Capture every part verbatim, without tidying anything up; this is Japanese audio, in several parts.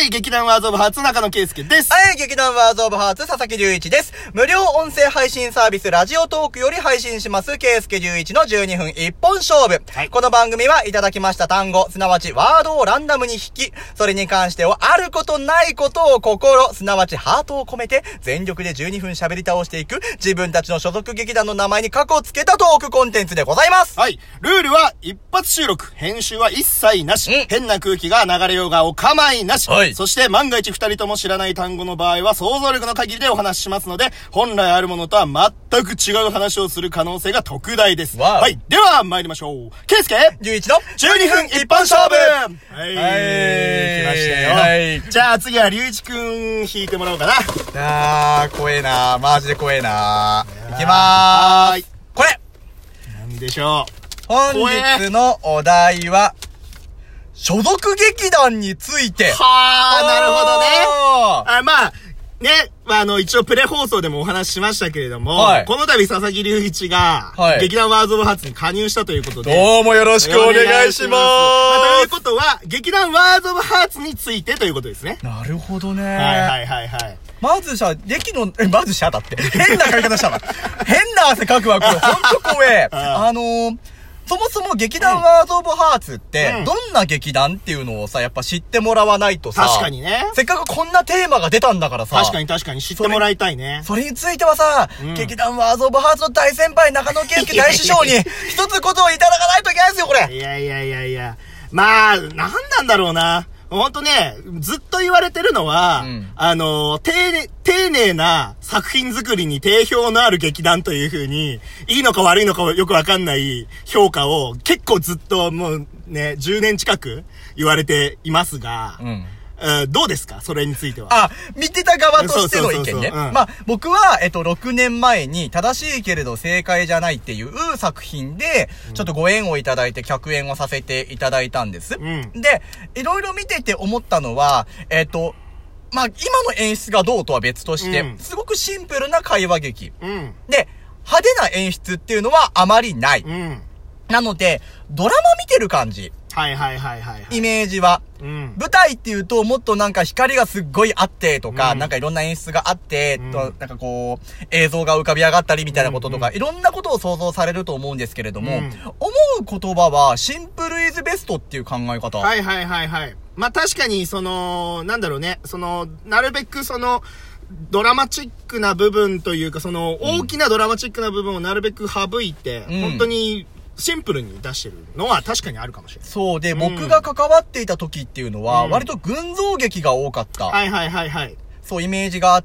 はい劇団ワーズオブハーツ中野圭介です。 はい劇団ワーズオブハーツ佐々木隆一です。無料音声配信サービスラジオトークより配信します圭介隆一のじゅうにふん一本勝負、はい、この番組はいただきました単語すなわちワードをランダムに引き、それに関してはあることないことを心すなわちハートを込めて全力でじゅうにふん喋り倒していく自分たちの所属劇団の名前に過去をつけたトークコンテンツでございます。 はい、ルールは一発収録、編集は一切なし、うん、変な空気が流れようがお構いなし、はい、そして万が一二人とも知らない単語の場合は想像力の限りでお話ししますので、本来あるものとは全く違う話をする可能性が特大です。はい、では参りましょう。圭介隆一のじゅうにふん一本勝負。はい、はい、来ましたよ。はい、じゃあ次は隆一くん弾いてもらおうかな。 あー怖えなー、マジで怖えなー。いきまーす。これなんでしょう。 本日のお題は所属劇団について。 はー、なるほどね。あ、まあ、ね、まあ、あの、一応プレ放送でもお話ししましたけれども、はい、この度佐々木隆一が、はい、劇団ワーズオブハーツに加入したということで。 どうもよろしくお願いします。まあ、ということは、劇団ワーズオブハーツについてということですね。 なるほどね。 はいはいはいはい。 まずさ、劇の、え、まずしゃだって。変な書き方したわ。変な汗かくわ、これ。ほんと怖え。あのー、そもそも劇団ワーズオブハーツって、どんな劇団っていうのをさ、やっぱ知ってもらわないとさ。 確かにね。 せっかくこんなテーマが出たんだからさ。 確かに確かに知ってもらいたいね。 それ、それについてはさ、うん、劇団ワーズオブハーツの大先輩中野圭介大師匠に一つことをいただかないといけないですよ、これ。 いやいやいやいや。まあ、なんなんだろうな。ほんとね、ずっと言われてるのは、うん、あの、丁寧、丁寧な作品作りに定評のある劇団という風に、いいのか悪いのかよくわかんない評価を結構ずっともうね、じゅうねん近く言われていますが、うんうん、どうですかそれについては。 あ、見てた側としての意見ね。まあ、僕は、えっと、ろくねんまえに正しいけれど正解じゃないっていう作品で、ちょっとご縁をいただいて客演をさせていただいたんです。うん、で、いろいろ見てて思ったのは、えっと、まあ、今の演出がどうとは別として、うん、すごくシンプルな会話劇。うん、で、派手な演出っていうのはあまりない。うん、なので、ドラマ見てる感じ。 はいはいはいはい、はい。 イメージは。うん、舞台っていうともっとなんか光がすっごいあってとか、うん、なんかいろんな演出があって、うん、となんかこう映像が浮かび上がったりみたいなこととか、うん、いろんなことを想像されると思うんですけれども、うん、思う言葉はシンプルイズベストっていう考え方。 はいはいはいはい。まあ確かにそのなんだろうね、そのなるべくそのドラマチックな部分というかその大きなドラマチックな部分をなるべく省いて、うん、本当にシンプルに出してるのは確かにあるかもしれない。 そうで、うん、僕が関わっていた時っていうのは、うん、割と群像劇が多かった。 はいはいはいはい。 そうイメージがあって、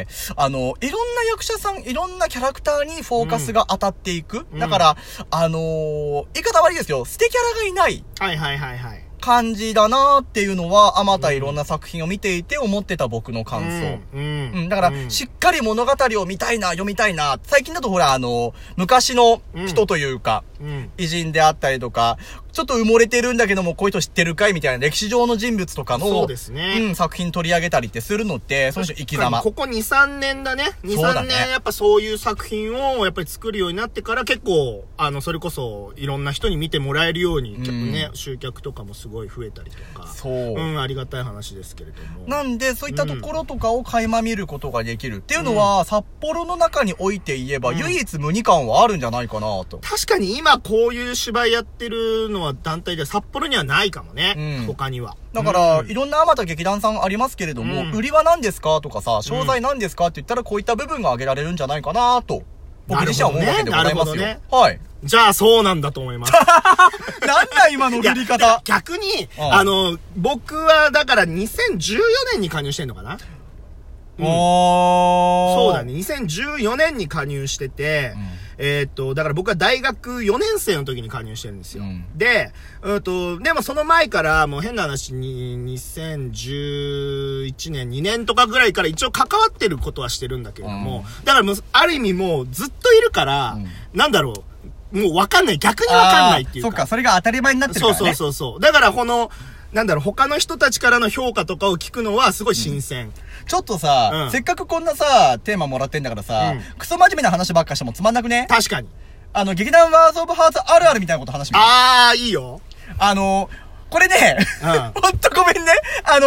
あの、いろんな役者さん、いろんなキャラクターにフォーカスが当たっていく。うん、だから、あのー、言い方悪いですよ。捨てキャラがいない。 はいはいはいはい。 感じだなーっていうのは、あまたいろんな作品を見ていて思ってた僕の感想。うん。うん、だから、うん、しっかり物語を見たいな、読みたいな。最近だとほら、あの、昔の人というか、うん、偉人であったりとか、ちょっと埋もれてるんだけども、こういう人知ってるかいみたいな歴史上の人物とかの、 そうですね。 うん、作品取り上げたりってするのって、その人生き様。 ここに、さんねんだね。に、さんねんやっぱそういう作品をやっぱり作るようになってから結構、あの、それこそいろんな人に見てもらえるように、ちょっとね、うん、集客とかもすごい増えたりとか。そう。うん、ありがたい話ですけれども。 なんで、そういったところとかを垣間見ることができるっていうのは、うん、札幌の中において言えば、うん、唯一無二感はあるんじゃないかなと。 確かに今こういう芝居やってるのは団体で札幌にはないかもね、うん、他には。 だから、うん、いろんなあまた劇団さんありますけれども、うん、売りは何ですかとかさ、商材何ですかって言ったらこういった部分が挙げられるんじゃないかなと、僕自身は思うわけでございますよ。ね、はい。 じゃあそうなんだと思います。 なんだ今の振り方。 逆に、うん、あの、僕はだからにせんじゅうよねんに加入してんのかな、うん、そうだね。にせんじゅうよねんに加入してて、うん、えー、っと、だから僕は大学よねん生の時に加入してるんですよ。うん、で、うんと、でもその前から、もう変な話に、にせんじゅういちねん、にねんとかぐらいから一応関わってることはしてるんだけれども、うん、だからもう、ある意味もうずっといるから、うん、なんだろう、もうわかんない、逆にわかんないっていうか。 そっか、それが当たり前になってるからね。 そうそうそうそう。だからこの、なんだろう、他の人たちからの評価とかを聞くのはすごい新鮮。うん、 ちょっとさ、うん、せっかくこんなさ、テーマもらってんだからさ、うん、クソ真面目な話ばっかしてもつまんなくね？ 確かに。 あの、劇団ワーズオブハーツあるあるみたいなこと話してみる。 あー、いいよ。 あの、これね、うん、ほんとごめんね。あの、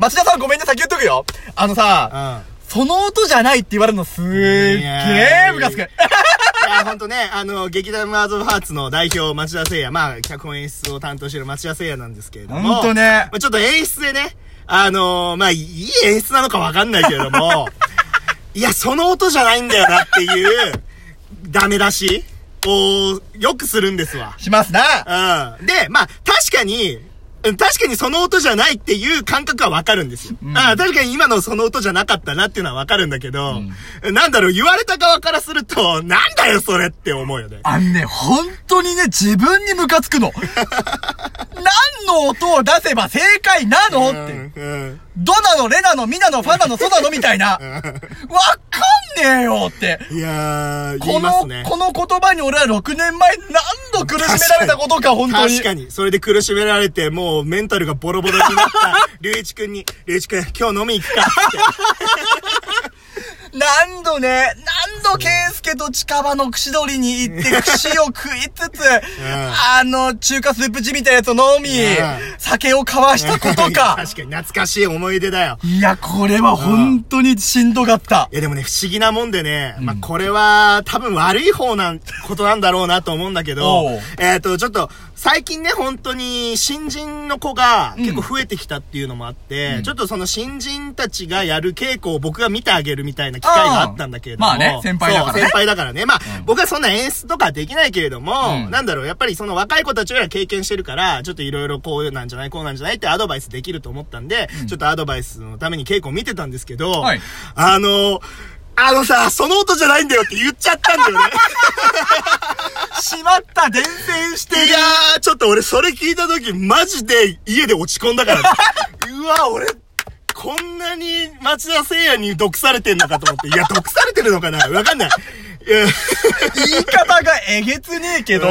町田さんごめんね、先言っとくよ。あのさ、うんその音じゃないって言われるのすーっげームカつく。いや、ほんとね、あの、劇団ワードオブハーツの代表、町田聖也、まあ、脚本演出を担当している町田聖也なんですけれども。 ほんとね。 まあ、ちょっと演出でね、あのー、まあ、いい演出なのかわかんないけれども、いや、その音じゃないんだよなっていう、ダメ出しを、よくするんですわ。 しますな。 うん。で、まあ、確かに、確かにその音じゃないっていう感覚はわかるんですよ。うん、ああ確かに今のその音じゃなかったなっていうのはわかるんだけど、うん、なんだろう、言われた側からすると、なんだよそれって思うよね。 あんね、本当にね、自分にムカつくの。何の音を出せば正解なのって。うんうんドなの、レなの、ミなの、ファなの、ソなのみたいな。わかんねえよって。 いやー、言いますね。 この、この言葉に俺はろくねんまえ何度苦しめられたことか、本当に。 確かに。それで苦しめられて、もうメンタルがボロボロになった、龍一くんに、龍一くん、今日飲み行くかって。 何度ね、何度ケイスケと近場の串取りに行って、串を食いつつ、うん、あの、中華スープ地みたいなやつを飲み、うん、酒を交わしたことか。 確かに懐かしい思い出だよ。 いや、これは本当にしんどかった。 いや、でもね、不思議なもんでね、うん、まあ、これは多分悪い方なことなんだろうなと思うんだけど、えっと、ちょっと、最近ね、本当に新人の子が結構増えてきたっていうのもあって、うん、ちょっとその新人たちがやる稽古を僕が見てあげるみたいな機会があったんだけれども。 まあね、先輩だからね。 先輩だからね。まあ、うん、僕はそんな演出とかできないけれども、うん、なんだろう、やっぱりその若い子たちが経験してるから、ちょっといろいろこうなんじゃない、こうなんじゃないってアドバイスできると思ったんで、うん、ちょっとアドバイスのために稽古を見てたんですけど、はい、あの、あのさ、その音じゃないんだよって言っちゃったんだよね。 しまった、伝染してる。 いやー、ちょっと俺それ聞いた時、マジで家で落ち込んだから、ね、うわ、俺、こんなに町田聖也に毒されてんのかと思って。いや、毒されてるのかなわかんない。 言い方がえげつねえけど、うん、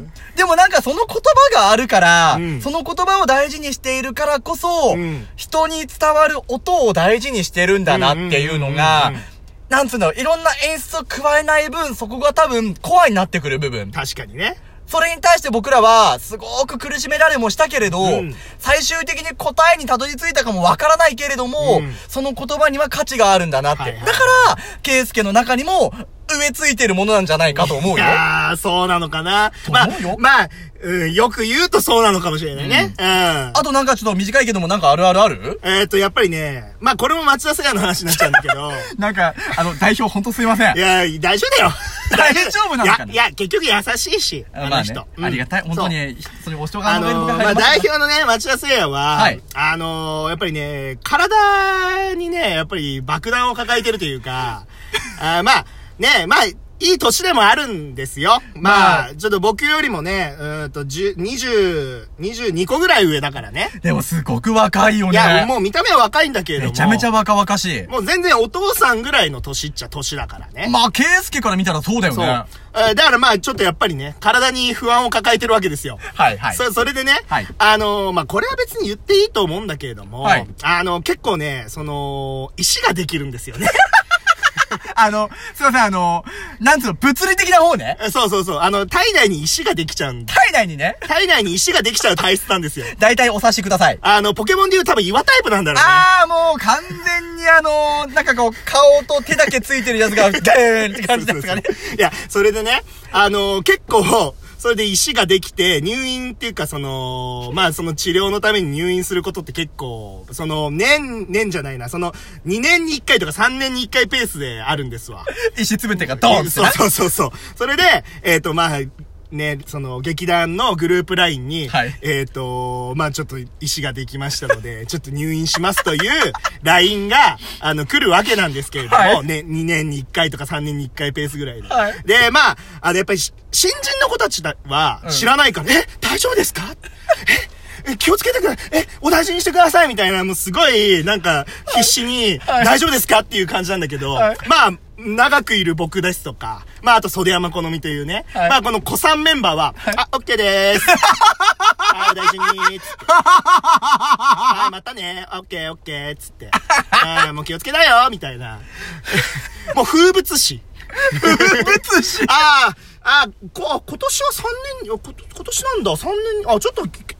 でもなんかその言葉があるから、うん、その言葉を大事にしているからこそ、うん、人に伝わる音を大事にしてるんだなっていうのが、なんつうの、いろんな演出を加えない分、そこが多分コアになってくる部分。 確かにね。 それに対して僕らは、すごく苦しめられもしたけれど、うん、最終的に答えにたどり着いたかもわからないけれども、うん、その言葉には価値があるんだなって。はいはいはい、だから、ケイスケの中にも、植え付いてるものなんじゃないかと思うよ。 ああ、そうなのかな。まあ、まあ、うん、よく言うとそうなのかもしれないね。うん。うん、 あとなんかちょっと短いけどもなんかあるあるあるえっと、やっぱりね、まあこれも町田聖也の話になっちゃうんだけど。 なんか、あの、代表ほんとすいません。 いや、大丈夫だよ。 大丈夫なのかな。 いや、いや、結局優しいし、あの人。まあねうん、ありがたい。本当に、それお人があのー、まあ代表のね、町田聖也は、はい、あのー、やっぱりね、体にね、やっぱり爆弾を抱えてるというか、あまあ、ね、まあ、いい年でもあるんですよ。まあ、ちょっと僕よりもね、うんと、にじゅう、にじゅうにこぐらい上だからね。 でもすごく若いよね。 いや、もう見た目は若いんだけれども。 めちゃめちゃ若々しい。 もう全然お父さんぐらいの年っちゃ年だからね。 まあ、ケイスケから見たらそうだよね。 そう。だからまあ、ちょっとやっぱりね、体に不安を抱えてるわけですよ。 はいはい。 そ、それでね、はい、あのー、まあ、これは別に言っていいと思うんだけれども、はい、あの、結構ね、その、石ができるんですよね。 あの、すいません、あの、なんつうの、物理的な方ね。 そうそうそう。あの、体内に石ができちゃうん体内にね体内に石ができちゃう体質なんですよ。 大体お察しください。 あの、ポケモンで言う多分岩タイプなんだろうね。 ああ、もう完全にあの、なんかこう、顔と手だけついてるやつが、でーんって感じですかね。 いや、それでね、あの、結構、それで石ができて、入院っていうかその、まあその治療のために入院することって結構、その、年、年じゃないな、その、にねんにいっかいとかさんねんにいっかいペースであるんですわ。 石つぶてがドーンって。 そうそうそうそう。それで、えっと、まあ、ね、その劇団のグループラインに、はい、えっと、まあちょっと石ができましたので、ちょっと入院しますというラインが、あの、来るわけなんですけれども、はい、ね、にねんにいっかいとかさんねんにいっかいペースぐらいで。はい、で、まあ、あの、やっぱり、新人の子たちは知らないから、うん、え、大丈夫ですかえ気をつけてください。え、お大事にしてくださいみたいな、もうすごい、なんか、必死に、大丈夫ですかっていう感じなんだけど、はい、まあ、長くいる僕ですとか、まあ、あと袖山好みというね、はい、まあ、この子さんメンバーは、はい、あ、オッケーでーす。はい、大事にー、つって。はい、またね、オッケーオッケー、つって。はい、もう気をつけだよ、みたいな。もう風物詩。 風物詩ああ、ああ、こ、今年はさんねん、今年なんだ、さんねん、あ、ちょっと、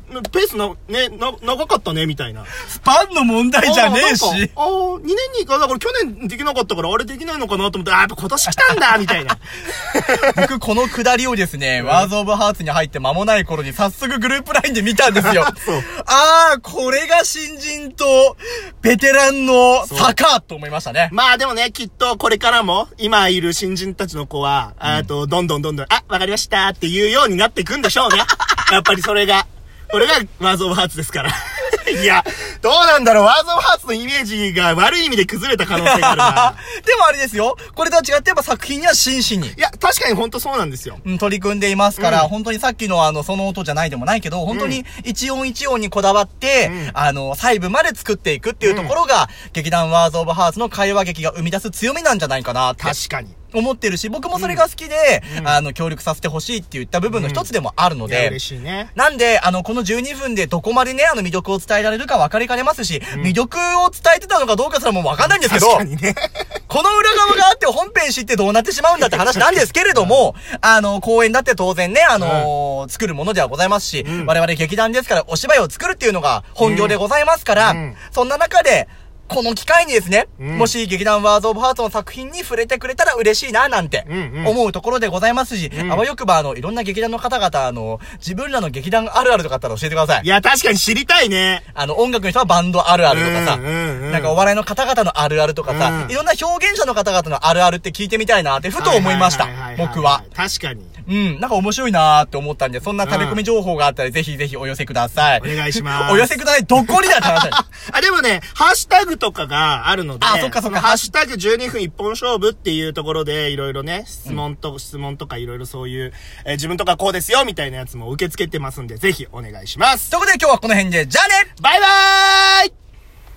ペースな、ね、な、長かったね、みたいな。 スパンの問題じゃねえし。 ああ、にねんにいっかい、だから去年できなかったから、あれできないのかなと思って、あ、やっぱ今年来たんだみたいな。 僕、このくだりをですね、うん、ワーズオブハーツに入って間もない頃に早速グループラインで見たんですよ。そうああ、これが新人と、ベテランの差かと思いましたね。 まあでもね、きっとこれからも、今いる新人たちの子は、えっと、どんどんどんどん、あ、わかりましたっていうようになっていくんでしょうね。やっぱりそれが。これがワーズオブハーツですから。いや、どうなんだろう、ワーズオブハーツのイメージが悪い意味で崩れた可能性があるな。 でもあれですよ、これとは違ってやっぱ作品には真摯に。 いや、確かに本当そうなんですよ。 うん、取り組んでいますから、うん、本当にさっきのあの、その音じゃないでもないけど、本当に一音一音にこだわって、うん、あの、細部まで作っていくっていうところが、うん、劇団ワーズオブハーツの会話劇が生み出す強みなんじゃないかなって。 確かに。 思ってるし、僕もそれが好きで、うん、あの、協力させてほしいって言った部分の一つでもあるので、うん、いや嬉しいね。 なんで、あの、このじゅうにふんでどこまでね、あの、魅力を伝えられるか分かりかねますし、うん、魅力を伝えてたのかどうかすらも分かんないんですけど、 確かにね。 この裏側があって本編知ってどうなってしまうんだって話なんですけれども、あの、公演だって当然ね、あのーうん、作るものではございますし、うん、我々劇団ですからお芝居を作るっていうのが本業でございますから、うんうん、そんな中で、この機会にですね、うん、もし劇団ワーズオブハーツの作品に触れてくれたら嬉しいななんて思うところでございますし、うん、あわよくばあの、いろんな劇団の方々、あの、自分らの劇団あるあるとかあったら教えてください。 いや、確かに知りたいね。 あの、音楽の人はバンドあるあるとかさ、うんうんうん、なんかお笑いの方々のあるあるとかさ、うん、いろんな表現者の方々のあるあるって聞いてみたいなってふと思いました。僕は。 確かに。 うん、なんか面白いなーって思ったんで、そんな食べ込み情報があったらぜひぜひお寄せください。 お願いします。 お寄せください。どこにだって話だあ、でもね、ハッシュタグとかがあるので、 あ、そっかそっか。 ハッシュタグじゅうにふん一本勝負っていうところで、いろいろね、質問と、うん、質問とかいろいろそういう、えー、自分とかこうですよみたいなやつも受け付けてますんで、ぜひお願いします。 ということで今日はこの辺で、じゃあねバイバーイ